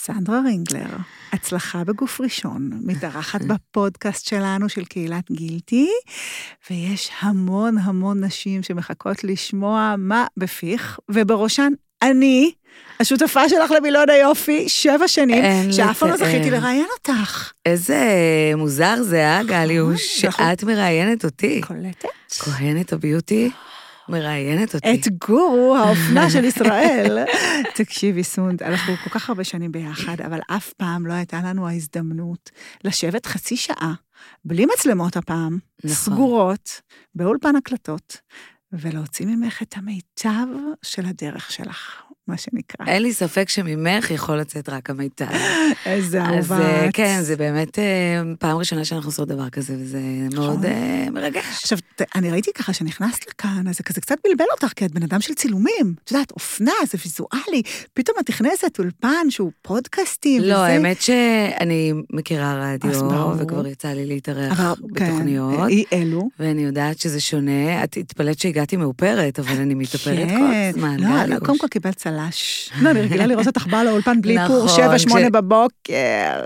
סנדרה רינגלר, הצלחה בגוף ראשון, מתארחת בפודקאסט שלנו של קהילת גילטי, ויש המון המון נשים שמחכות לשמוע מה בפיך, ובראשן אני, השותפה שלך למילון היופי, 7 שנים, שאף פעם לא זכיתי לראיין אותך. איזה מוזר זה, גליוש, שאת מראיינת אותי. קולטת? כהנת הביוטי. מראיינת אותי. את גורו, האופנה של ישראל. תקשיבי, סונד, אנחנו כל כך הרבה שנים ביחד, אבל אף פעם לא הייתה לנו ההזדמנות לשבת חצי שעה, בלי מצלמות הפעם, סגורות, באולפן הקלטות, ולהוציא ממך את המיטב של הדרך שלך, מה שנקרא. אין לי ספק שממך יכול לצאת רק המיטב. איזה אהובה. אז כן, זה באמת פעם ראשונה שאנחנו עושים דבר כזה, וזה מאוד מרגש. עכשיו, אני ראיתי ככה שנכנסת לכאן, אז זה כזה קצת בלבל אותך, כי את בן אדם של צילומים. את יודעת, אופנה, זה ויזואלי, פתאום את נכנסת אולפן שהוא פודקאסטים. לא, האמת שאני מכירה רדיו, וכבר יצא לי להתארח בתוכניות. אלו. ואני יודעת שזה שונה. את התפלאת שהגעתי מאופרת, אבל אני מתאפרת כל הזמן. לא, קודם כל קיבלת צלש. לא, אני רגילה לראות אותך באה לאולפן בלי פור, 7-8 בבוקר.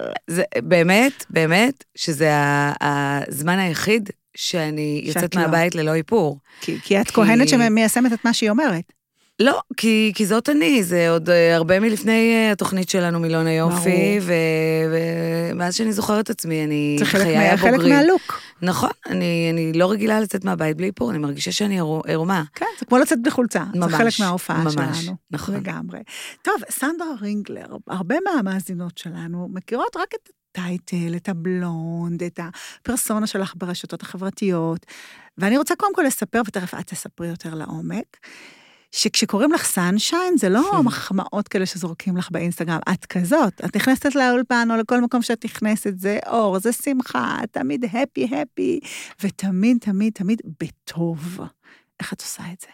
באמת, שזה הזמן היחיד שאני יוצאת מהבית ללא איפור. כי את כהנת שמיישמת את מה שהיא אומרת. לא, כי זאת אני, זה עוד הרבה מלפני התוכנית שלנו מילון היופי, ומאז שאני זוכרת עצמי, אני חיי הבוגרים. חלק מהלוק. נכון, אני לא רגילה לצאת מהבית בלי איפור, אני מרגישה שאני ערומה. כן, זה כמו לצאת בחולצה, זה חלק מההופעה שלנו. ממש, נכון. לגמרי. טוב, סנדרה רינגלר, הרבה מהמאזינות שלנו מכירות רק את הטייטל, את הבלונד, את הפרסונה שלך ברשתות החברתיות, ואני רוצה קודם כל לספר, ותכף את תספרי יותר לעומק, שכשקוראים לך סנשיין, זה לא מחמאות כאלה שזורקים לך באינסטגרם, את כזאת, את נכנסת לאולפן, או לכל מקום שאת נכנסת, זה אור, זה שמחה, תמיד הפי, ותמיד, תמיד, תמיד בטוב. איך את עושה את זה?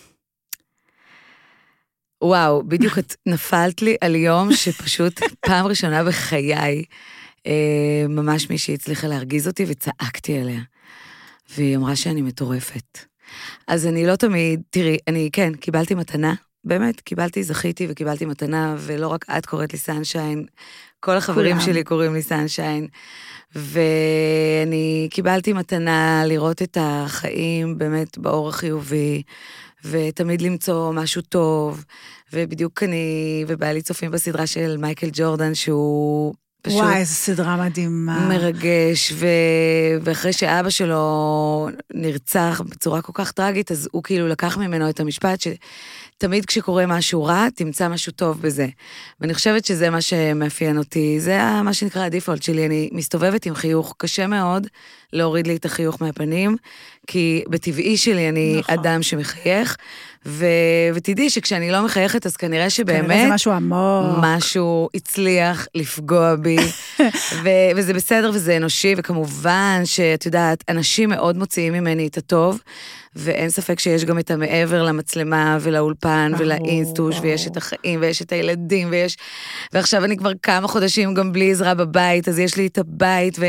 וואו, בדיוק את נפלת לי על יום שפשוט פעם ראשונה בחיי, ממש מישהי הצליחה להרגיז אותי, וצעקתי עליה. והיא אמרה שאני מטורפת. אז אני לא תמיד, תראי, אני כן, קיבלתי מתנה, באמת, זכיתי וקיבלתי מתנה, ולא רק את קוראת לי סנשיין, כל החברים שלי קוראים לי סנשיין, ואני קיבלתי מתנה לראות את החיים באמת באור החיובי, ותמיד למצוא משהו טוב, ובדיוק אני ובעלי צופים בסדרה של מייקל ג'ורדן, שהוא פשוט וואי, איזו סדרה מדהימה. מרגש, ואחרי שאבא שלו נרצח בצורה כל כך טרגית, אז הוא כאילו לקח ממנו את המשפט שתמיד כשקורה משהו רע, תמצא משהו טוב בזה. ואני חושבת שזה מה שמאפיין אותי, זה מה שנקרא הדיפולט שלי, אני מסתובבת עם חיוך, קשה מאוד להוריד לי את החיוך מהפנים, כי בטבעי שלי אני אדם שמחייך, ותדעי שכשאני לא מחייכת, אז כנראה שבאמת זה משהו עמוק. משהו הצליח לפגוע בי, וזה בסדר וזה אנושי, וכמובן שאת יודעת, אנשים מאוד מוציאים ממני את הטוב, ואין ספק שיש גם את המעבר למצלמה ולאולפן ולאינסטוש, ויש את החיים ויש את הילדים, ועכשיו אני כבר כמה חודשים גם בלי עזרה בבית, אז יש לי את הבית,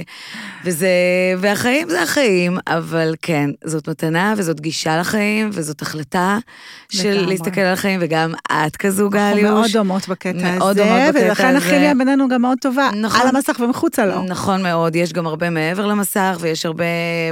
והחיים זה החיים, אבל כן, זאת מתנה וזאת גישה לחיים, וזאת החלטה של להסתכל על החיים, וגם את כזו גליוש. אנחנו מאוד דומות בקטע הזה, ולכן הכימיה בינינו גם מאוד טובה, על המסך ומחוצה לו. נכון מאוד, יש גם הרבה מעבר למסך, ויש הרבה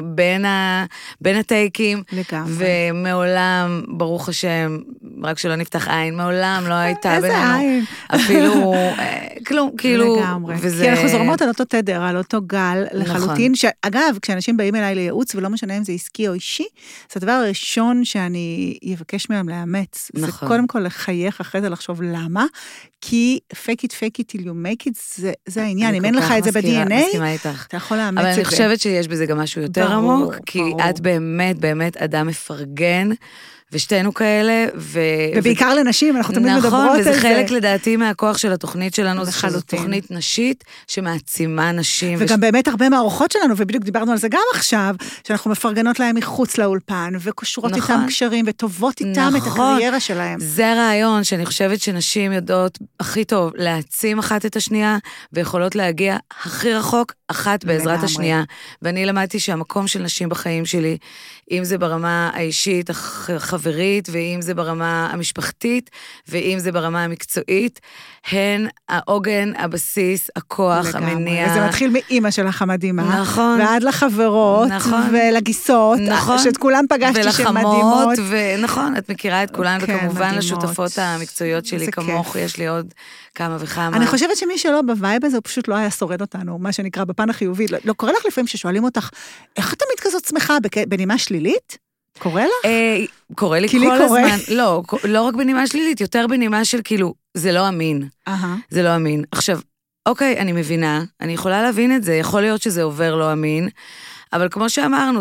בין הטייקים, ומעולם, ברוך השם, רק שלא נפתח עין, מעולם לא הייתה בינינו. אפילו, כלום, כאילו. כי אנחנו זורמות על אותו תדר, על אותו גל, לחלוטין, שאגב, כשאנשים באים אליי לייעוץ, ולא משנה אם זה עסקי או אישי, זה הדבר הראשון שאני אבקש מהם לאמץ. זה קודם כל לחייך אחרי זה לחשוב למה, כי fake it till you make it, זה העניין. אם אין לך את זה ב-DNA, אתה יכול לאמץ את זה. אבל אני חושבת שיש בזה גם משהו יותר עמוק, כי את באמת, באמת אדם מפרגן, ושתינו כאלה, ובעיקר לנשים, אנחנו תמיד מדברות על זה. נכון, וזה חלק לדעתי מהכוח של התוכנית שלנו, זו תוכנית נשית שמעצימה נשים. וגם באמת הרבה מהאורחות שלנו, ובדיוק דיברנו על זה גם עכשיו, שאנחנו מפרגנות להם מחוץ לאולפן, וקושרות איתם קשרים, וטובות איתם את הקריירה שלהם. זה הרעיון, שאני חושבת שנשים יודעות הכי טוב להעצים אחת את השנייה, ויכולות להגיע הכי רחוק, אחת בעזרת השנייה. ואני למדתי שהמקום של נשים בחיים שלי, אם זה ברמה האישית, החברית, ואם זה ברמה המשפחתית, ואם זה ברמה המקצועית, הן העוגן העוגן, הבסיס, הכוח, המניע. וזה מתחיל מאמא שלך המדהימה. נכון. ועד לחברות, נכון. ולגיסות, נכון. שאת כולם פגשתי שהן מדהימות. ונכון, את מכירה את כולן, כן, וכמובן מדהימות. לשותפות המקצועיות שלי, כמוך, יש לי עוד כמה וכמה. אני חושבת שמי שלא בווייב הזה, הוא פשוט לא היה שורד אותנו, מה שנקרא בפן החיובי. לא קורה לך לפעמים ששואלים אותך, איך את תמיד כזאת שמחה בנימה שלילית? קורה לך? קורה לי כל הזמן. לא רק בנימה שלילית, יותר בנימה של כאילו, זה לא אמין. זה לא אמין. עכשיו, אוקיי, אני מבינה, אני יכולה להבין את זה, יכול להיות שזה עובר לא אמין, אבל כמו שאמרנו,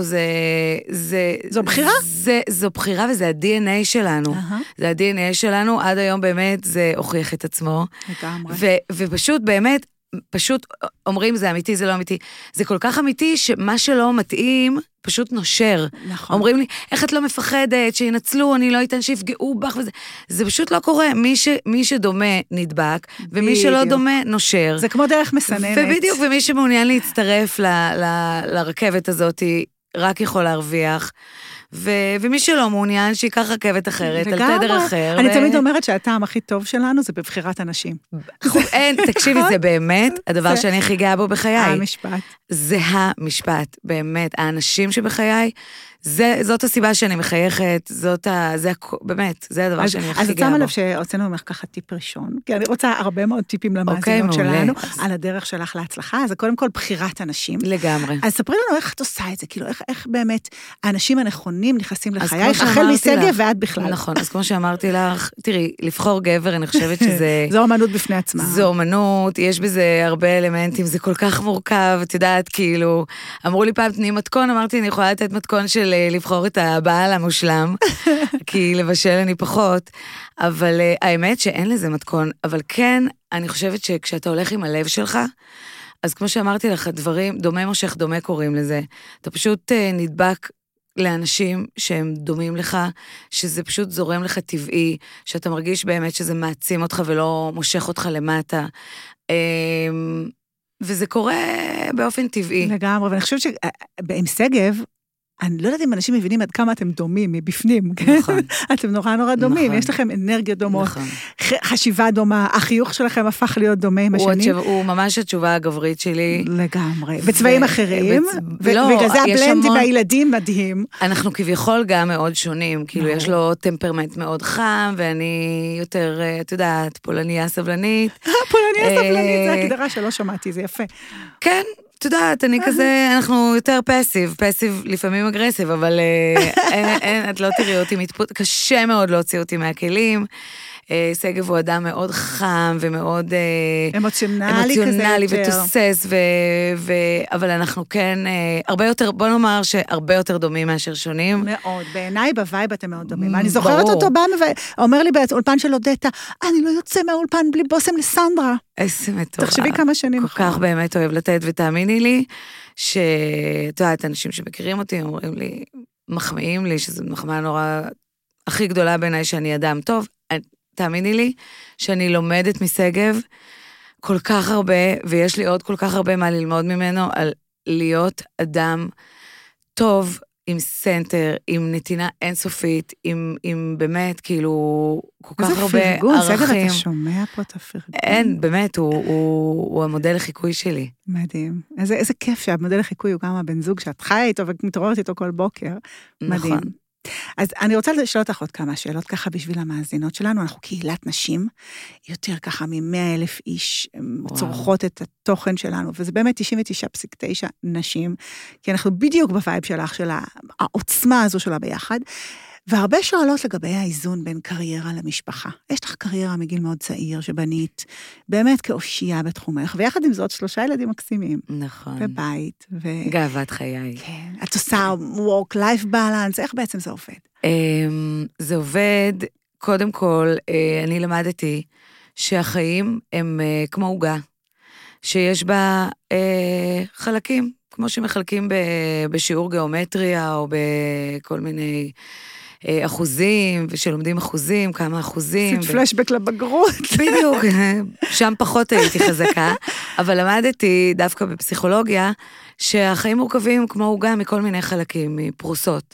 זו בחירה? זו בחירה וזה ה-DNA שלנו. זה ה-DNA שלנו, עד היום באמת זה הוכיח את עצמו. לגמרי. ופשוט באמת, פשוט אומרים זה אמיתי, זה לא אמיתי. זה כל כך אמיתי שמה שלא מתאים, פשוט נושר. נכון. אומרים לי, איך את לא מפחדת, שינצלו, אני לא אתן שיפגעו בך וזה. זה פשוט לא קורה. מי שדומה נדבק, ומי שלא דומה נושר. זה כמו דרך מסננת. ובדיוק, ומי שמעוניין להצטרף לרכבת הזאת, רק יכול להרוויח. ומי שלא מעוניין, שיקח רכבת אחרת, על תדר אחר. אני תמיד אומרת שהטעם הכי טוב שלנו זה בבחירת אנשים. תקשיבי, זה באמת הדבר שאני הכי גאה בו בחיי. המשפט. זה המשפט, באמת. האנשים שבחיי, זאת הסיבה שאני מחייכת, באמת, זה הדבר שאני הכי גאה בו. אז את שמה לב שהוצאנו ממך ככה טיפ ראשון, כי אני רוצה הרבה מאוד טיפים למאזינות שלנו, על הדרך שלך להצלחה, אז קודם כל בחירת אנשים. לגמרי. אז ספרי לנו איך את עושה את זה, כאילו איך באמת האנשים הנכונים נכנסים לחייך, החל מסגב ועד בכלל. נכון, אז כמו שאמרתי לך, תראי, לבחור גבר, אני חושבת שזה... זו אומנות בפני עצמה. זו אומנות, יש בזה הרבה אלמנטים, זה כל כך מורכב, את יודעת, כאילו, אמרו לי פעם, תני מתכון, אמרתי, אני יכולה לתת מתכון של לבחור את הבעל המושלם, כי לבשל אני פחות, אבל האמת שאין לזה מתכון, אבל כן, אני חושבת שכשאתה הולך עם הלב שלך, אז כמו שאמרתי לך, דברים, דומה מושך דומה קוראים לזה, אתה פשוט נדבק לאנשים שהם דומים לך, שזה פשוט זורם לך טבעי, שאתה מרגיש באמת שזה מעצים אותך ולא מושך אותך למטה, וזה קורה באופן טבעי. לגמרי, ואני חושבת שעם שגב, אני לא יודעת אם אנשים מבינים עד כמה אתם דומים מבפנים. נכון. אתם נורא דומים, נכון. יש לכם אנרגיות דומות, נכון. חשיבה דומה, החיוך שלכם הפך להיות דומה עם השנים. הוא ממש התשובה הגברית שלי. לגמרי, בצבעים אחרים, ובגלל זה הבלנד עם הילדים מדהים. אנחנו כביכול גם מאוד שונים, כאילו יש לו טמפרמנט מאוד חם, ואני יותר, את יודעת, פולניה סבלנית. פולניה סבלנית, זה הגדרה שלא שמעתי, זה יפה. כן. את יודעת, אני כזה, אנחנו יותר פסיב לפעמים אגרסיב, אבל את לא תראי אותי קשה מאוד להוציא אותי מהכלים. סגב הוא אדם מאוד חם ומאוד אמוציונלי ותוסס, אבל אנחנו כן, הרבה יותר, בוא נאמר שהרבה יותר דומים מאשר שונים. מאוד, בעיניי בווייב אתם מאוד דומים. אני זוכרת אותו בא ואומר לי באולפן של אודטה, אני לא יוצא מהאולפן בלי בושם לסנדרה. איזה מטורף. תחשבי כמה שנים. כל כך באמת אוהב לתת, ותאמיני לי, שאת יודעת, אנשים שמכירים אותי, אומרים לי, מחמיאים לי, שזו מחמאה נורא הכי גדולה בעיניי שאני אדם טוב, תאמיני לי שאני לומדת מסגב כל כך הרבה, ויש לי עוד כל כך הרבה מה ללמוד ממנו, על להיות אדם טוב, עם סנטר, עם נתינה אינסופית, עם באמת, כאילו, כל כך הרבה ערכים. איזה פרגון, סגב, אתה שומע פה את הפרגון? אין, באמת, הוא המודל לחיקוי שלי. מדהים. איזה כיף שהמודל לחיקוי הוא גם הבן זוג שאת חיה איתו ומתעוררת איתו כל בוקר. מדהים. נכון. אז אני רוצה לשאול אותך עוד כמה שאלות ככה בשביל המאזינות שלנו. אנחנו קהילת נשים, יותר ככה מ100,000 איש צורכות את התוכן שלנו, וזה באמת 99.9 נשים, כי אנחנו בדיוק בווייב שלך, של העוצמה הזו שלה ביחד, והרבה שואלות לגבי האיזון בין קריירה למשפחה. יש לך קריירה מגיל מאוד צעיר שבנית, באמת כאושייה בתחומך, ויחד עם זאת 3 ילדים מקסימים. נכון. ובית. גאוות חיי. כן. את עושה work-life balance, איך בעצם זה עובד? זה עובד, קודם כל, אני למדתי שהחיים הם כמו עוגה, שיש בה חלקים, כמו שמחלקים בשיעור גיאומטריה, או בכל מיני אחוזים, ושלומדים אחוזים, כמה אחוזים. עשית פלשבק לבגרות. בדיוק, שם פחות הייתי חזקה, אבל למדתי דווקא בפסיכולוגיה, שהחיים מורכבים כמו עוגה מכל מיני חלקים, מפרוסות.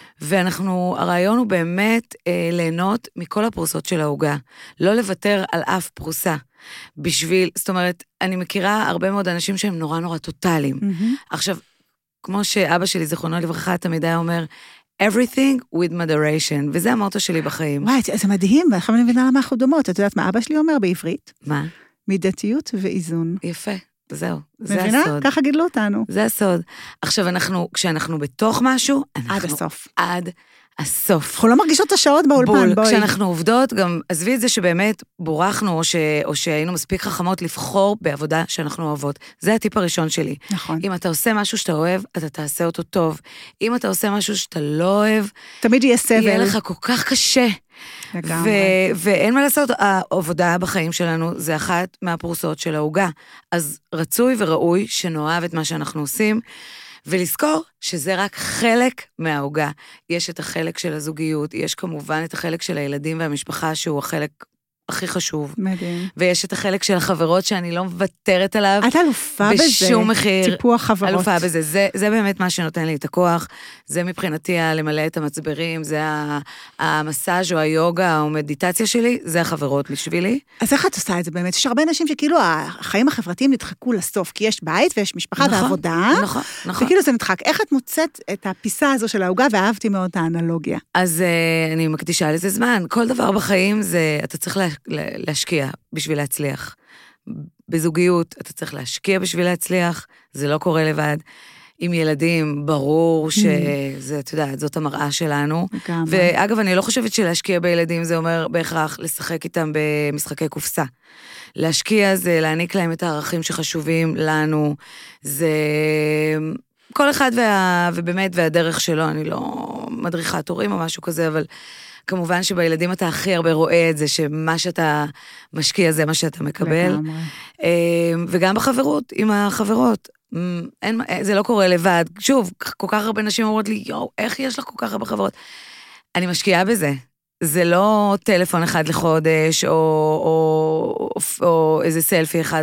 הרעיון הוא באמת ליהנות מכל הפרוסות של העוגה, לא לוותר על אף פרוסה. זאת אומרת, אני מכירה הרבה מאוד אנשים שהם נורא נורא טוטליים. עכשיו, כמו שאבא שלי, זיכרונו לברכה, תמיד היה אומר, everything with moderation, וזה המוטו שלי בחיים. וואי, זה מדהים, ועכשיו אני מבינה למה אנחנו דומות. את יודעת מה אבא שלי אומר בעברית? מה? מידתיות ואיזון. יפה, זהו, זה מבינה? הסוד. ככה גידלו אותנו. זה הסוד. עכשיו, כשאנחנו בתוך משהו, עד הסוף. עד הסוף. אנחנו לא מרגישות את השעות באולפן, בואי. כשאנחנו עובדות, גם עזבי את זה שבאמת בורחנו, או שהיינו מספיק חכמות לבחור בעבודה שאנחנו אוהבות. זה הטיפ הראשון שלי. נכון. אם אתה עושה משהו שאתה אוהב, אתה תעשה אותו טוב. אם אתה עושה משהו שאתה לא אוהב, תמיד יהיה סבל. יהיה לך כל כך קשה. לגמרי. ואין מה לעשות, העבודה בחיים שלנו זה אחת מהפרוסות של ההוגה. אז רצוי וראוי שנאהב את מה שאנחנו עושים, ולזכור שזה רק חלק מההוגה. יש את החלק של הזוגיות, יש כמובן את החלק של הילדים והמשפחה, שהוא החלק הכי חשוב. מדהים. ויש את החלק של החברות שאני לא מוותרת עליו. את אלופה בזה. בשום מחיר. טיפוח חברות. אלופה בזה. זה באמת מה שנותן לי את הכוח. זה מבחינתי למלא את המצברים, זה המסאז' או היוגה או מדיטציה שלי, זה החברות בשבילי. אז איך את עושה את זה באמת? יש הרבה אנשים שכאילו החיים החברתיים נדחקו לסוף, כי יש בית ויש משפחה ועבודה. נכון. וכאילו זה נדחק. איך את מוצאת את הפיסה הזו של ההוגה, ואהבתי מאוד את האנלוגיה. אז אני מקדישה לזה זמן. כל דבר בחיים זה, אתה צריך להשקיע בשביל להצליח. בזוגיות, אתה צריך להשקיע בשביל להצליח, זה לא קורה לבד. עם ילדים, ברור שזה, אתה יודע, זאת המראה שלנו. ואגב, אני לא חושבת שלהשקיע בילדים זה אומר בהכרח לשחק איתם במשחקי קופסה. להשקיע זה להעניק להם את הערכים שחשובים לנו, זה כל אחד ובאמת והדרך שלו, אני לא מדריכת הורים או משהו כזה, אבל כמובן שבילדים אתה הכי הרבה רואה את זה, שמה שאתה משקיע זה מה שאתה מקבל. וגם בחברות, עם החברות. זה לא קורה לבד. שוב, כל כך הרבה נשים אומרות לי, יואו, איך יש לך כל כך הרבה חברות? אני משקיעה בזה. זה לא טלפון אחד לחודש, או איזה סלפי אחד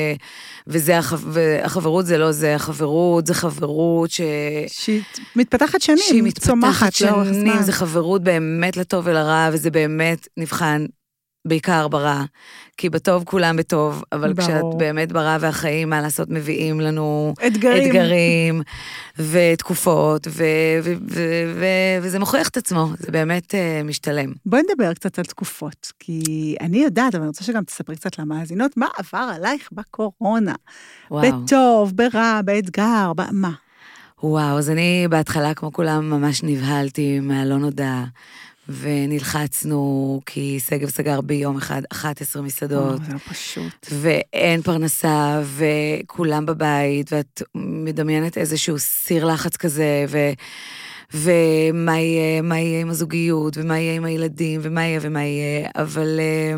והחברות זה לא זה, החברות זה חברות שהיא מתפתחת שנים, שהיא מתפתחת שנים, זה חברות באמת לטוב ולרע, וזה באמת נבחן בעיקר ברע, כי בטוב כולם בטוב, אבל כשאת באמת ברע והחיים, מה לעשות, מביאים לנו אתגרים ותקופות, וזה מוכיח את עצמו, זה באמת משתלם. בואי נדבר קצת על תקופות, כי אני יודעת, אבל אני רוצה שגם תספרי קצת למאזינות, מה עבר עלייך בקורונה? בטוב, ברע, באתגר, מה? וואו, אז אני בהתחלה, כמו כולם, ממש נבהלתי מהלא נודע, ונלחצנו, כי סגב סגר ביום אחד 11 מסעדות. זה לא פשוט. ואין פרנסה, וכולם בבית, ואת מדמיינת איזשהו סיר לחץ כזה, ומה יהיה עם הזוגיות, ומה יהיה עם הילדים, ומה יהיה, אבל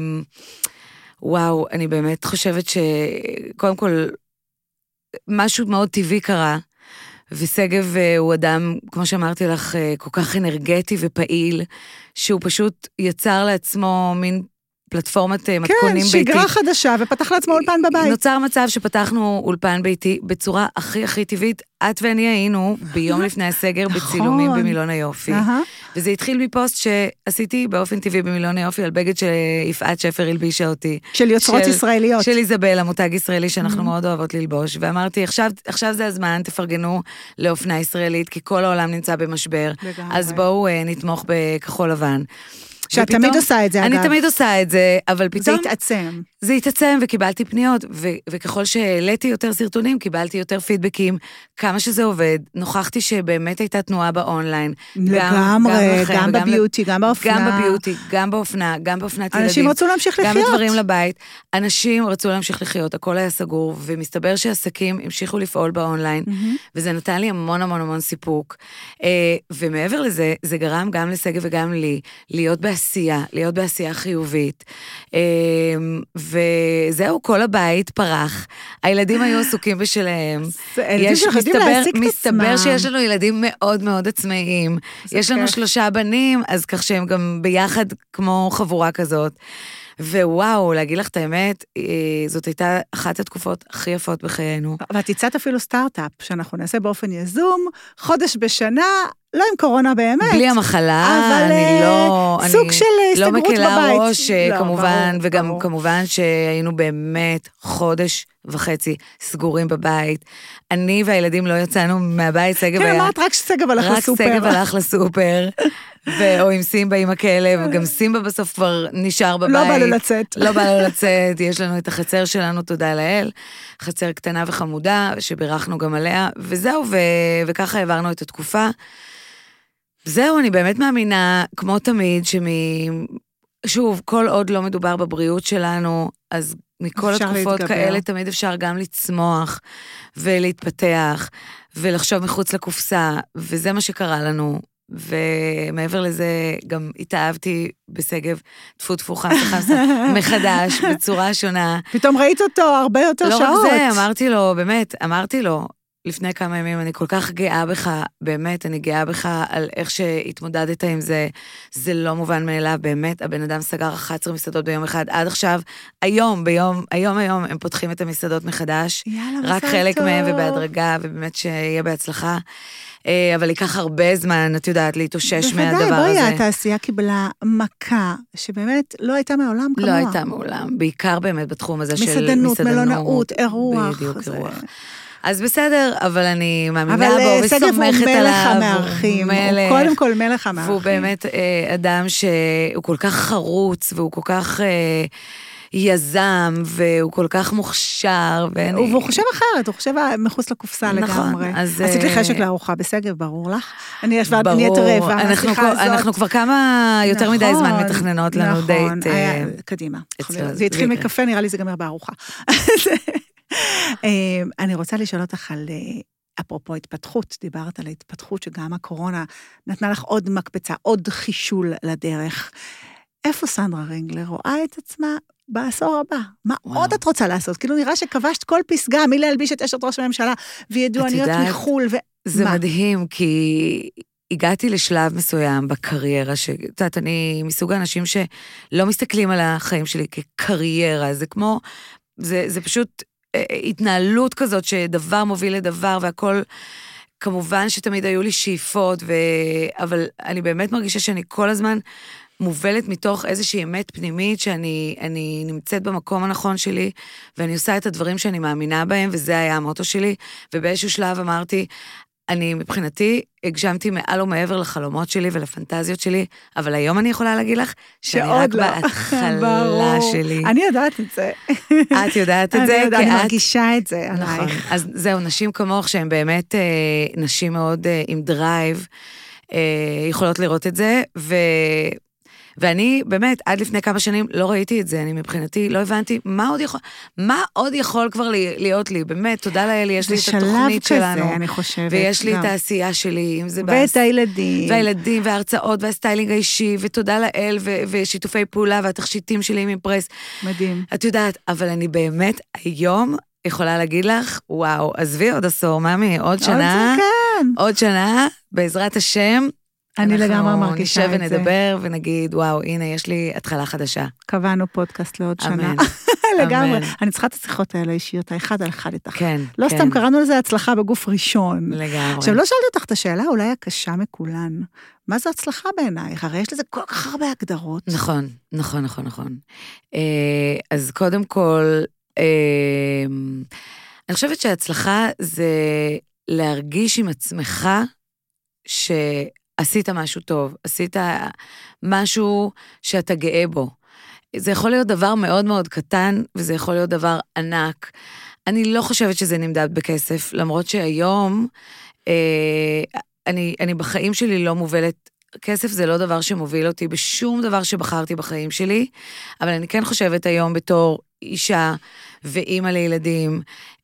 וואו, אני באמת חושבת שקודם כל, משהו מאוד טבעי קרה, וסגב הוא אדם, כמו שאמרתי לך, כל כך אנרגטי ופעיל, שהוא פשוט יצר לעצמו מין פלטפורמת מתכונים ביתית. כן, שגרה חדשה, ופתח לעצמו אולפן בבית. נוצר מצב שפתחנו אולפן ביתי בצורה הכי טבעית. את ואני היינו ביום לפני הסגר בצילומים במילון היופי. וזה התחיל מפוסט שעשיתי באופן טבעי במילון היופי, על בגד שיפעת שפר הלבישה אותי. של יוצרות ישראליות. של איזבל, המותג ישראלי שאנחנו מאוד אוהבות ללבוש. ואמרתי, עכשיו זה הזמן, תפרגנו לאופנה ישראלית, כי כל העולם נמצא במשבר. אז בואו נתמוך בכחול לבן. שאת תמיד עושה את זה, אגב. אני תמיד עושה את זה, אבל פתאום... זה התעצם. זה התעצם, וקיבלתי פניות, וככל שהעליתי יותר סרטונים, קיבלתי יותר פידבקים, כמה שזה עובד. נוכחתי שבאמת הייתה תנועה באונליין. לגמרי, גם בביוטי, גם באופנה. גם בביוטי, גם באופנה, גם באופנת ילדים. אנשים רצו להמשיך לחיות. גם בדברים לבית. אנשים רצו להמשיך לחיות, הכל היה סגור, ומסתבר שעסקים המשיכו לפעול באונליין, וזה נתן לי המון סיפוק. ומעבר לזה, זה גרם גם לסגב וגם לי, להיות בעשייה חיובית. וזהו, כל הבית פרח. הילדים היו עסוקים בשלהם. מסתבר שיש לנו ילדים מאוד מאוד עצמאיים. יש לנו 3 בנים, אז כך שהם גם ביחד כמו חבורה כזאת. ווואו, להגיד לך את האמת, זאת הייתה אחת התקופות הכי יפות בחיינו. ואת הצעת אפילו סטארט-אפ, שאנחנו נעשה באופן יזום, חודש בשנה, לא עם קורונה באמת. בלי המחלה, אבל אני לא... סוג של הסתגרות בבית. לא מקלה ראש, לא, כמובן, ברור, וגם ברור. כמובן שהיינו באמת חודש וחצי סגורים בבית. אני והילדים לא יצאנו מהבית, שגב כן, היה... אמרת רק ששגב הלך לסופר. רק שגב הלך לסופר, או עם סימבה עם הכלב, וגם סימבה בסוף כבר נשאר בבית. לא בא לו לצאת. לא בא לו לצאת, יש לנו את החצר שלנו, תודה לאל, חצר קטנה וחמודה, שבירכנו גם עליה, וזהו, וככה העברנו את התקופה. זהו, אני באמת מאמינה, כמו תמיד, שוב, כל עוד לא מדובר בבריאות שלנו, אז מכל התקופות כאלה תמיד אפשר גם לצמוח ולהתפתח ולחשוב מחוץ לקופסה, וזה מה שקרה לנו. ומעבר לזה גם התאהבתי בשגב טפו טפו חמסה מחדש בצורה שונה. פתאום ראית אותו הרבה יותר שעות. לא רק זה, אמרתי לו, לפני כמה ימים, אני כל כך גאה בך, באמת, אני גאה בך על איך שהתמודדת עם זה, זה לא מובן מאליו, באמת, הבן אדם סגר 11 מסעדות ביום אחד, עד עכשיו, היום, הם פותחים את המסעדות מחדש, רק חלק מהם ובהדרגה, ובאמת שיהיה בהצלחה, אבל ייקח הרבה זמן, את יודעת, להתאושש מהדבר הזה. בוודאי, בואי, התעשייה קיבלה מכה, שבאמת לא הייתה מעולם כמוה. לא הייתה מעולם, בעיקר באמת בתחום הזה של מסעדנות, מלונאות, אירוח. בדיוק, אירוח. אז בסדר, אבל אני מאמינה בו וסומכת עליו. אבל שגב הוא מלך המארחים, הוא קודם כל מלך המארחים. והוא באמת אדם שהוא כל כך חרוץ, והוא כל כך יזם, והוא כל כך מוכשר. והוא חושב אחרת, הוא חושב מחוץ לקופסה לגמרי. עשית לי חשק לארוחה בסגב, ברור לך? אני נהיית רבע, השיחה הזאת. אנחנו כבר כמה יותר מדי זמן מתכננות לנו דייט. קדימה. זה התחיל מקפה, נראה לי זה גמר בארוחה. אני רוצה לשאול אותך על, אפרופו התפתחות, דיברת על ההתפתחות שגם הקורונה נתנה לך עוד מקפצה, עוד חישול לדרך. איפה סנדרה רינגלר רואה את עצמה בעשור הבא? מה עוד את רוצה לעשות? כאילו נראה שכבשת כל פסגה, מי להלביש את אשת ראש הממשלה, וידועניות מחול, זה מדהים, כי הגעתי לשלב מסוים בקריירה, שאת אני מסוג האנשים שלא מסתכלים על החיים שלי כקריירה, זה כמו, זה פשוט התנהלות כזאת שדבר מוביל לדבר, והכל, כמובן שתמיד היו לי שאיפות, אבל אני באמת מרגישה שאני כל הזמן מובלת מתוך איזושהי אמת פנימית, שאני נמצאת במקום הנכון שלי, ואני עושה את הדברים שאני מאמינה בהם, וזה היה המוטו שלי, ובאיזשהו שלב אמרתי, אני מבחינתי הגשמתי מעל ומעבר לחלומות שלי ולפנטזיות שלי, אבל היום אני יכולה להגיד לך שאני רק בהתחלה שלי. אני יודעת את זה. את יודעת את זה? אני מרגישה את זה עלייך. נכון. אז זהו, נשים כמוך שהן באמת נשים מאוד עם דרייב, יכולות לראות את זה, ואני באמת, עד לפני כמה שנים לא ראיתי את זה, אני מבחינתי לא הבנתי מה עוד יכול כבר להיות לי, באמת, תודה לאל, יש לי את התוכנית שלנו. זה שלב כזה, אני חושבת. ויש לי את העשייה שלי, אם זה ואת הילדים. והילדים, וההרצאות, והסטיילינג האישי, ותודה לאל, ושיתופי פעולה, והתכשיטים שלי עם פרס. מדהים. את יודעת, אבל אני באמת היום יכולה להגיד לך, וואו, עזבי עוד עשור, מאמי, עוד שנה, בעזרת השם, אני לגמרי מרגישה את זה. אנחנו נשב ונדבר ונגיד, וואו, הנה, יש לי התחלה חדשה. קבענו פודקאסט לעוד שנה. לגמרי. אני צריכה את השיחות האלה אישיות, האחד על אחד איתך. כן. לא סתם קראנו לזה הצלחה בגוף ראשון. לגמרי. עכשיו, לא שאלתי אותך את השאלה אולי הקשה מכולן. מה זו הצלחה בעינייך? הרי יש לזה כל כך הרבה הגדרות. נכון. אז קודם כל, אני חושבת שההצלחה זה להרגיש עם עצמך עשית משהו טוב, עשית משהו שאתה גאה בו. זה יכול להיות דבר מאוד מאוד קטן, וזה יכול להיות דבר ענק. אני לא חושבת שזה נמדד בכסף, למרות שהיום, אני בחיים שלי לא מובלת, כסף זה לא דבר שמוביל אותי בשום דבר שבחרתי בחיים שלי, אבל אני כן חושבת היום בתור אישה ואימא לילדים,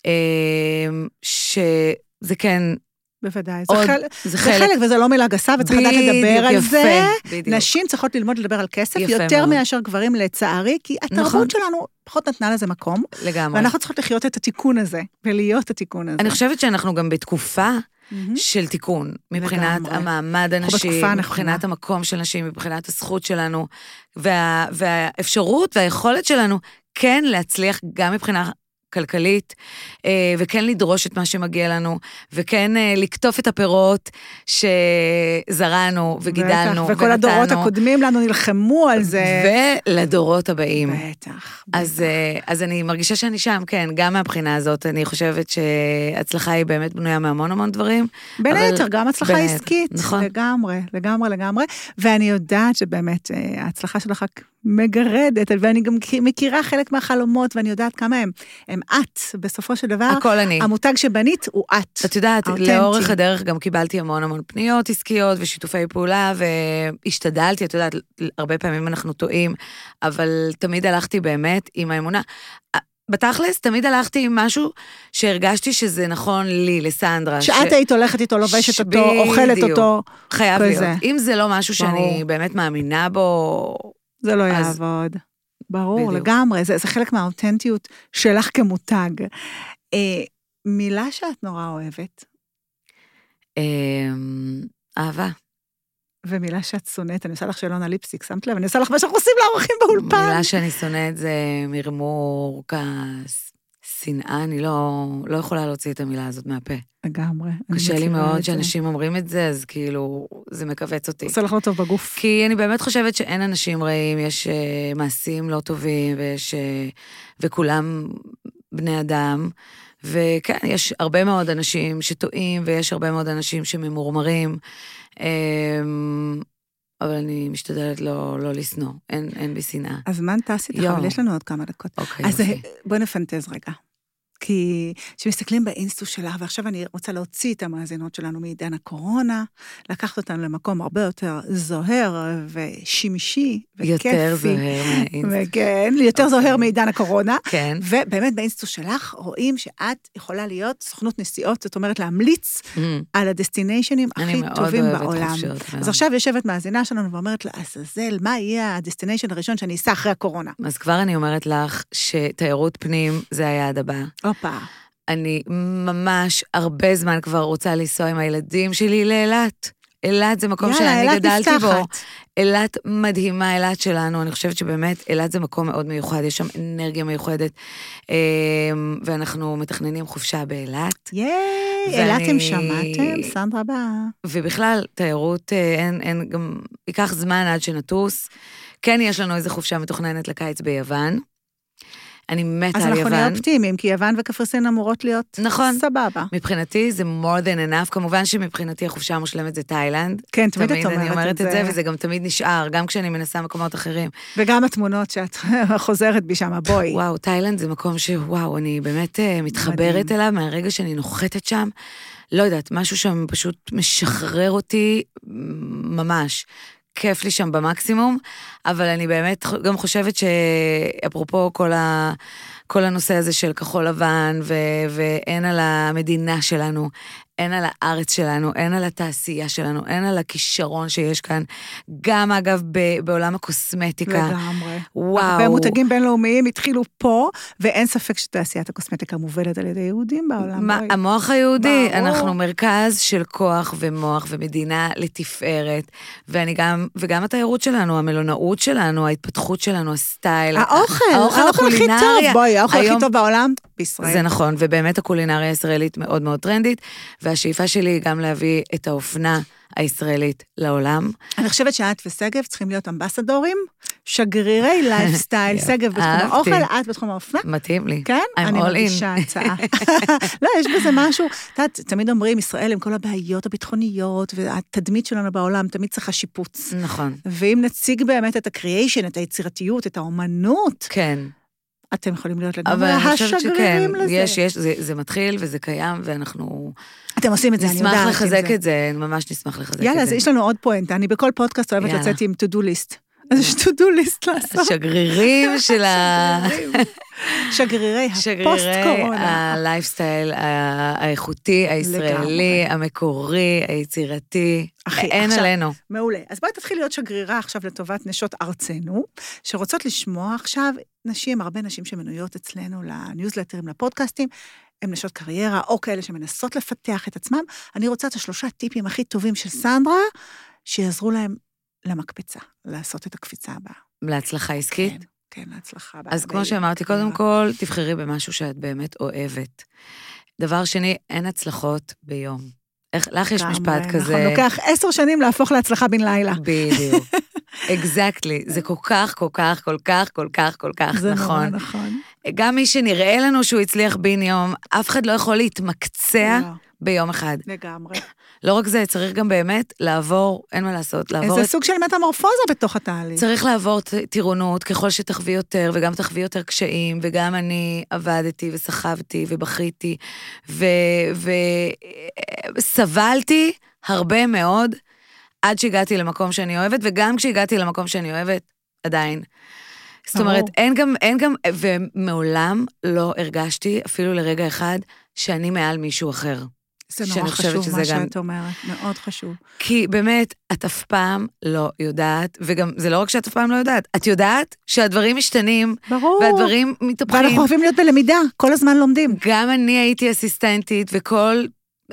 שזה כן, בוודאי, זה חלק וזה לא מילה גסה, וצריך לדעת לדבר על זה. נשים צריכות ללמוד לדבר על כסף, יותר מאשר גברים לצערי, כי התרבות שלנו פחות נתנה לזה מקום, ואנחנו צריכות לחיות את התיקון הזה, ולהיות התיקון הזה. אני חושבת שאנחנו גם בתקופה של תיקון, מבחינת המעמד הנשי, מבחינת המקום של נשים, מבחינת הזכות שלנו, והאפשרות והיכולת שלנו כן להצליח גם מבחינה כלכלית, וכן לדרוש את מה שמגיע לנו, וכן לקטוף את הפירות שזרענו וגידלנו ונתנו. וכל הדורות הקודמים לנו נלחמו על זה. ולדורות הבאים. בטח. אז אני מרגישה שאני שם, כן, גם מהבחינה הזאת, אני חושבת שהצלחה היא באמת בנויה מהמון המון דברים. בין היתר, גם הצלחה עסקית. נכון. לגמרי. ואני יודעת שבאמת ההצלחה שלך מגרדת, ואני גם מכירה חלק מהחלומות, ואני יודעת כמה הם את, בסופו של דבר. הכל אני. המותג שבנית הוא את. את יודעת, לאורך הדרך גם קיבלתי המון המון פניות עסקיות ושיתופי פעולה, והשתדלתי, את יודעת, הרבה פעמים אנחנו טועים, אבל תמיד הלכתי באמת עם האמונה. בתכלס, תמיד הלכתי עם משהו שהרגשתי שזה נכון לי, לסנדרה. שאת היית הולכת איתו, לובשת אותו, אוכלת אותו. חייב להיות. אם זה לא משהו שאני באמת מאמינה בו, זה לא יעבוד. ברור, לגמרי. זה חלק מהאותנטיות שלך כמותג. מילה שאת נורא אוהבת? אהבה. ומילה שאת שונאת, אני עושה לך שאלון על ליפסיק, שמת לב? אני עושה לך מה שאנחנו עושים לאורחים באולפן. מילה שאני שונאת זה מרמור, כעס, שנאה, אני לא יכולה להוציא את המילה הזאת מהפה. לגמרי. קשה לי מאוד שאנשים אומרים את זה, אז כאילו, זה מכווץ אותי. עושה לך לא טוב בגוף. כי אני באמת חושבת שאין אנשים רעים, יש מעשים לא טובים, וכולם בני אדם, וכן, יש הרבה מאוד אנשים שטועים, ויש הרבה מאוד אנשים שממורמרים, אבל אני משתדלת לא לסנוע, אין בי שנאה. הזמן טס איתך, אבל יש לנו עוד כמה דקות. אז בואי נפנטז רגע. כי כשמסתכלים באינסטו שלך, ועכשיו אני רוצה להוציא את המאזינות שלנו מעידן הקורונה, לקחת אותנו למקום הרבה יותר זוהר ושימשי וכיפי. יותר זוהר מהאינסטו. כן, יותר זוהר מעידן הקורונה. כן. ובאמת באינסטו שלך רואים שאת יכולה להיות סוכנות נסיעות, זאת אומרת להמליץ על הדסטיניישנים הכי טובים בעולם. אז עכשיו יושבת מאזינה שלנו ואומרת לה, עזאזל, מה יהיה הדסטיניישן הראשון שאני אסע אחרי הקורונה? אז כבר אני אומרת לך שתיירות פנים זה היעד הבא. אופה. אני ממש הרבה זמן כבר רוצה לנסוע עם הילדים שלי לאילת. אילת זה מקום שאני גדלתי בו. אילת מדהימה, אילת שלנו. אני חושבת שבאמת אילת זה מקום מאוד מיוחד, יש שם אנרגיה מיוחדת, ואנחנו מתכננים חופשה באילת. אילת אם שמעתם, סנדרה באה. ובכלל, תיירות, אין גם, ייקח זמן עד שנטוס. כן, יש לנו איזו חופשה מתוכננת לקיץ ביוון. אני מתה על יוון. אז אנחנו נהיה אופטימיים, כי יוון וקפריסין אמורות להיות נכון. סבבה. מבחינתי זה more than enough, כמובן שמבחינתי החופשה המושלמת זה תאילנד. כן, תמיד את אני אומרת את זה, וזה גם תמיד נשאר, גם כשאני מנסה מקומות אחרים. וגם התמונות שאת חוזרת בי שם, בואי. וואו, תאילנד זה מקום שוואו, אני באמת מתחברת אליו, מהרגע שאני נוחתת שם, לא יודעת, משהו שם פשוט משחרר אותי ממש. כיף לי שם במקסימום, אבל אני באמת גם חושבת שאפרופו כל הנושא הזה של כחול לבן, ואין על המדינה שלנו, אין על הארץ שלנו, אין על התעשייה שלנו, אין על הכישרון שיש כאן, גם אגב בעולם הקוסמטיקה. לגמרי. וואו. הרבה מותגים בינלאומיים התחילו פה, ואין ספק שתעשיית הקוסמטיקה מובלת על ידי יהודים בעולם. המוח היהודי, אנחנו מרכז של כוח ומוח ומדינה לתפארת, וגם התיירות שלנו, המלונאות שלנו, ההתפתחות שלנו, הסטייל. האוכל הכי טוב, בואי, האוכל הכי טוב בעולם, בישראל. זה נכון, ובאמת הקולינריה הישראלית מאוד מאוד טרנדית, והשאיפה שלי היא גם להביא את האופנה הישראלית לעולם. אני חושבת שאת וסגב צריכים להיות אמבסדורים, שגרירי לייפסטייל, סגב בתחום האוכל, את בתחום האופנה. מתאים לי. כן? אני מרגישה הצעה. לא, יש בזה משהו, תמיד אומרים, ישראל עם כל הבעיות הביטחוניות, והתדמית שלנו בעולם תמיד צריכה שיפוץ. נכון. ואם נציג באמת את הקריאיישן, את היצירתיות, את האומנות, כן. אתם יכולים להיות לגמרי השגרירים לזה. יש, זה מתחיל וזה קיים, ואנחנו... אתם עושים את זה, אני יודעת. נשמח לחזק את זה, ממש נשמח לחזק את זה. יאללה, אז יש לנו עוד פואנט, אני בכל פודקאסט אוהבת לצאת עם to-do list. אז יש to-do list לעשות. שגרירים של שגרירי הפוסט-קורונה. הלייפסטייל האיכותי, הישראלי, המקורי, היצירתי. אין עלינו. מעולה. אז בואי תתחיל להיות שגרירה עכשיו לטובת נשות ארצנו, שרוצות לשמוע עכשיו נשים, הרבה נשים שמנויות אצלנו לניוזלטרים, לפודקאסטים, הן נשות קריירה, או כאלה שמנסות לפתח את עצמם. אני רוצה את 3 טיפים הכי טובים של סנדרה, שיעזרו להם למקפצה, לעשות את הקפיצה הבאה. להצלחה עסקית? כן. כן, להצלחה. אז כמו שאמרתי, קודם כל, תבחרי במשהו שאת באמת אוהבת. דבר שני, אין הצלחות ביום. לך יש משפט כזה... נכון, לוקח 10 שנים להפוך להצלחה בן לילה. בדיוק. אקזקטלי. זה כל כך, כל כך, כל כך, כל כך, כל כך נכון. זה נורא נכון. גם מי שנראה לנו שהוא הצליח בן יום, אף אחד לא יכול להתמקצע ביום אחד. לגמרי. לא רק זה, צריך גם באמת לעבור, אין מה לעשות, לעבור... איזה סוג של מטמורפוזה בתוך התהליך. צריך לעבור טירונות, ככל שתחווי יותר, וגם תחווי יותר קשיים, וגם אני עבדתי וסחבתי ובכיתי, וסבלתי הרבה מאוד, עד שהגעתי למקום שאני אוהבת, וגם כשהגעתי למקום שאני אוהבת, עדיין. זאת אומרת, אין גם, ומעולם לא הרגשתי, אפילו לרגע אחד, שאני מעל מישהו אחר. זה נורא חשוב מה שאת אומרת, מאוד חשוב. כי באמת, את אף פעם לא יודעת, וגם זה לא רק שאת אף פעם לא יודעת, את יודעת שהדברים משתנים, ברור. והדברים מתהפכים. ואנחנו אוהבים להיות בלמידה, כל הזמן לומדים. גם אני הייתי אסיסטנטית, וכל...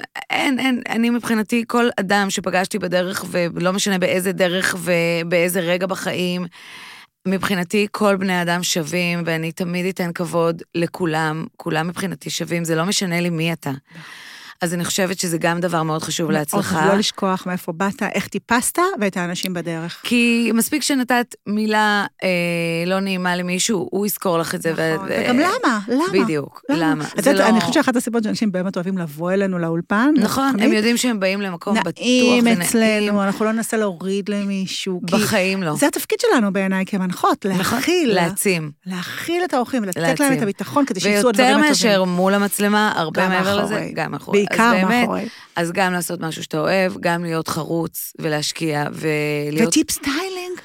אני מבחינתי, כל אדם שפגשתי בדרך, ולא משנה באיזה דרך ובאיזה רגע בחיים, מבחינתי כל בני אדם שווים, ואני תמיד אתן כבוד לכולם, כולם מבחינתי שווים, זה לא משנה לי מי אתה. אז אני חושבת שזה גם דבר מאוד חשוב להצלחה. לא לשכוח מאיפה באת, איך טיפסת, ואת האנשים בדרך. כי מספיק שנתת מילה לא נעימה למישהו, הוא יזכור לך את זה. נכון, וגם למה? למה? בדיוק, למה? אני חושבת שאחת הסיבות שאנשים באמת אוהבים לבוא אלינו לאולפן. נכון, הם יודעים שהם באים למקום בטוח ונעים אצלנו, אנחנו לא ננסה להוריד למישהו. בחיים לא. זה התפקיד שלנו בעיניי כמנחות, להכיל. להעצים. להכיל את האורחים, ולתת להם את הביטחון, כדי שיצאו הדברים ויותר מאשר מול המצלמה, הרבה מעבר לזה, גם מאחורי. בעיקר מאחורי. אז גם לעשות משהו שאתה אוהב, גם להיות חרוץ ולהשקיע ולהיות... וטיפ סטיילינג.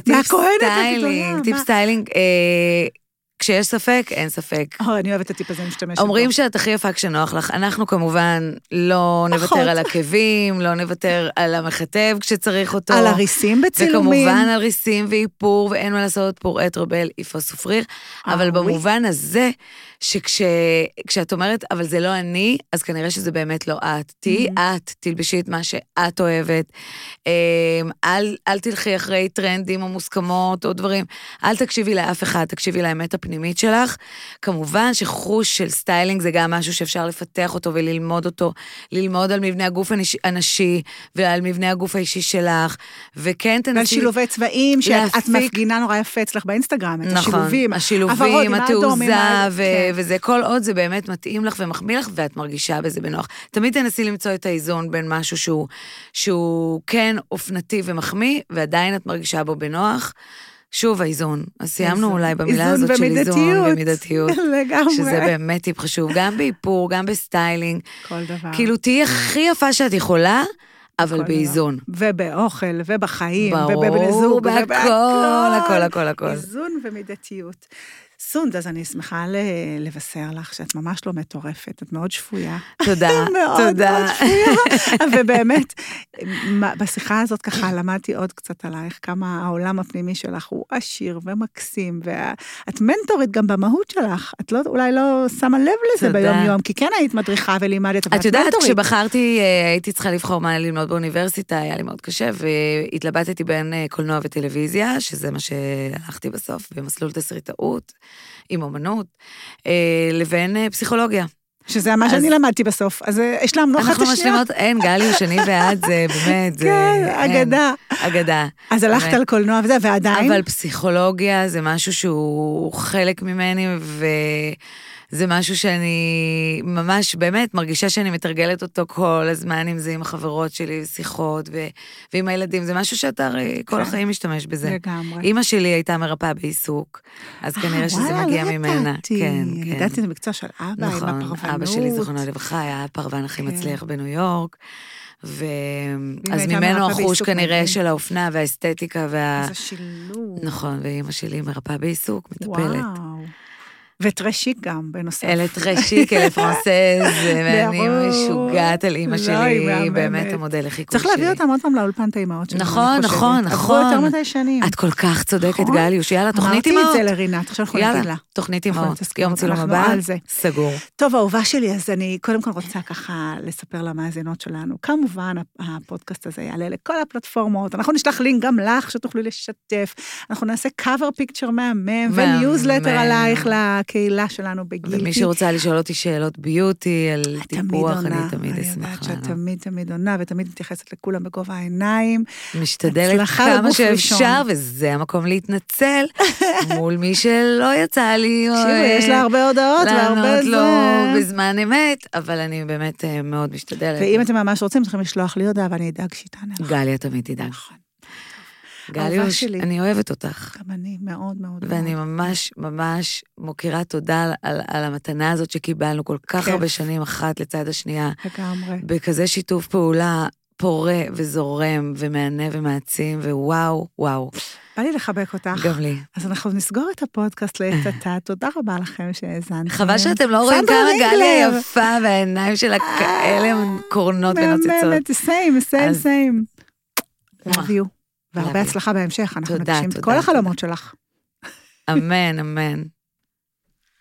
טיפ סטיילינג, כשיש ספק, אין ספק. אני אוהבת את הטיפ הזה, משתמש. אומרים שאת הכי יפה כשנוח לך. אנחנו כמובן לא נוותר על עקבים, לא נוותר על המכתב כשצריך אותו. על הריסים בצילומים. וכמובן על ריסים ואיפור, ואין מה לעשות, פורעי טרובל, איפה סופריר. אבל במובן הזה, שכשאת אומרת, אבל זה לא אני, אז כנראה שזה באמת לא את. תהי את, תלבשי את מה שאת אוהבת. אל תלכי אחרי טרנדים או מוסכמות או דברים. אל תקשיבי לאף אחד, תקשיבי לאמת הפנימית שלך. כמובן שחוש של סטיילינג זה גם משהו שאפשר לפתח אותו וללמוד אותו, ללמוד על מבנה הגוף הנשי, ועל מבנה הגוף האישי שלך, וכן תנסי... ועל שילובי צבעים, שאת מפגינה נורא יפה אצלך באינסטגרם, את השילובים. השילובים, התעוזה, וזה כל עוד זה באמת מתאים לך ומחמיא לך, ואת מרגישה בזה בנוח. תמיד תנסי למצוא את האיזון בין משהו שהוא כן אופנתי ומחמיא, ועדיין את מרגישה בו בנוח. שוב, האיזון. אז סיימנו אולי במילה הזאת של איזון ומידתיות. לגמרי. שזה באמת טיפ חשוב, גם באיפור, גם בסטיילינג. כל דבר. כאילו, תהיי הכי יפה שאת יכולה, אבל באיזון. ובאוכל, ובחיים, ובבני זוג, הכל. איזון ומידתיות. סונד, אז אני שמחה לבשר לך שאת ממש לא מטורפת, את מאוד שפויה. תודה, מאוד שפויה. ובאמת, בשיחה הזאת ככה למדתי עוד קצת עלייך, כמה העולם הפנימי שלך הוא עשיר ומקסים, ואת מנטורית גם במהות שלך, את אולי לא שמה לב לזה ביום יום, כי כן היית מדריכה ולימדת, את יודעת, כשבחרתי, הייתי צריכה לבחור מה ללמוד באוניברסיטה, היה לי מאוד קשה, והתלבטתי בין קולנוע וטלוויזיה, שזה מה שהלכתי בסוף, במסלול תסריטאות, עם אומנות, לבין פסיכולוגיה. שזה מה שאני למדתי בסוף, אז השלמנו אחת השנייה. אנחנו משלימות, אין, גלי ושני ועד, זה באמת, כן, אגדה. אגדה. אז הלכת על קולנוע וזה, ועדיין? אבל פסיכולוגיה זה משהו שהוא חלק ממני, זה משהו שאני ממש באמת מרגישה שאני מתרגלת אותו כל הזמן, אם זה עם החברות שלי, שיחות, ועם הילדים, זה משהו שאתה הרי כל החיים משתמש בזה. לגמרי. אמא שלי הייתה מרפאה בעיסוק, אז כנראה שזה מגיע ממנה. כן. ידעתי את המקצוע של אבא, עם הפרוונות. נכון, אבא שלי זכרונו לברכה, היה הפרוון הכי מצליח בניו יורק, אז ממנו החוש כנראה של האופנה והאסתטיקה אז השילוב. נכון, ואמא שלי מרפאה בעיסוק, מטפלת. וואו. וטרשיק גם, בנוסף. אלה טרשיק, אלה פרנסז, ואני משוגעת על אימא שלי, היא באמת המודל לחיקוי שלי. צריך להביא אותם עוד פעם לאולפן את האימהות שלי. נכון, נכון, נכון. עברו יותר מדי שנים. את כל כך צודקת, גליוש. יאללה, תוכנית אימהות. אמרתי את זה לרינת, עכשיו אנחנו נגיד לה. תוכנית אימהות. יום צילום הבא, סגור. טוב, אהובה שלי, אז אני קודם כל רוצה ככה לספר למאזינות שלנו. כמובן, הפודקאסט הזה יעלה לכל הפלטפורמות. אנחנו נשלח לינק גם לך, שתוכלי לשתף. אנחנו נעשה cover picture מהמם, וניוזלטר עלייך לקהילה שלנו בגילתי. ומי שרוצה לשאול אותי שאלות ביוטי על טיפוח, אני תמיד אשמח. אני יודעת שאת תמיד עונה, ותמיד מתייחסת לכולם בגובה העיניים. משתדלת כמה שאפשר, וזה המקום להתנצל, מול מי שלא יצא לי. יש לה הרבה הודעות, והרבה זה. לענות לו בזמן אמת, אבל אני באמת מאוד משתדלת. ואם אתם ממש רוצים, צריכים לשלוח לי הודעה, ואני אדאג שיתענה לך. גליה תמיד תדאג. גליוש, אני אוהבת אותך. גם אני מאוד מאוד. ואני ממש ממש מוקירה תודה על המתנה הזאת שקיבלנו כל כך הרבה שנים אחת לצד השנייה. לגמרי. בכזה שיתוף פעולה פורה וזורם ומענה ומעצים, ווואו, וואו. בא לי לחבק אותך. גם לי. אז אנחנו נסגור את הפודקאסט לעצתה. תודה רבה לכם שהאזנתם. חבל שאתם לא רואים כמה גליה יפה, והעיניים שלה כאלה קורנות ונוצצות. סיים. love you. והרבה הצלחה בהמשך, אנחנו נגשים את כל החלומות שלך. אמן, אמן.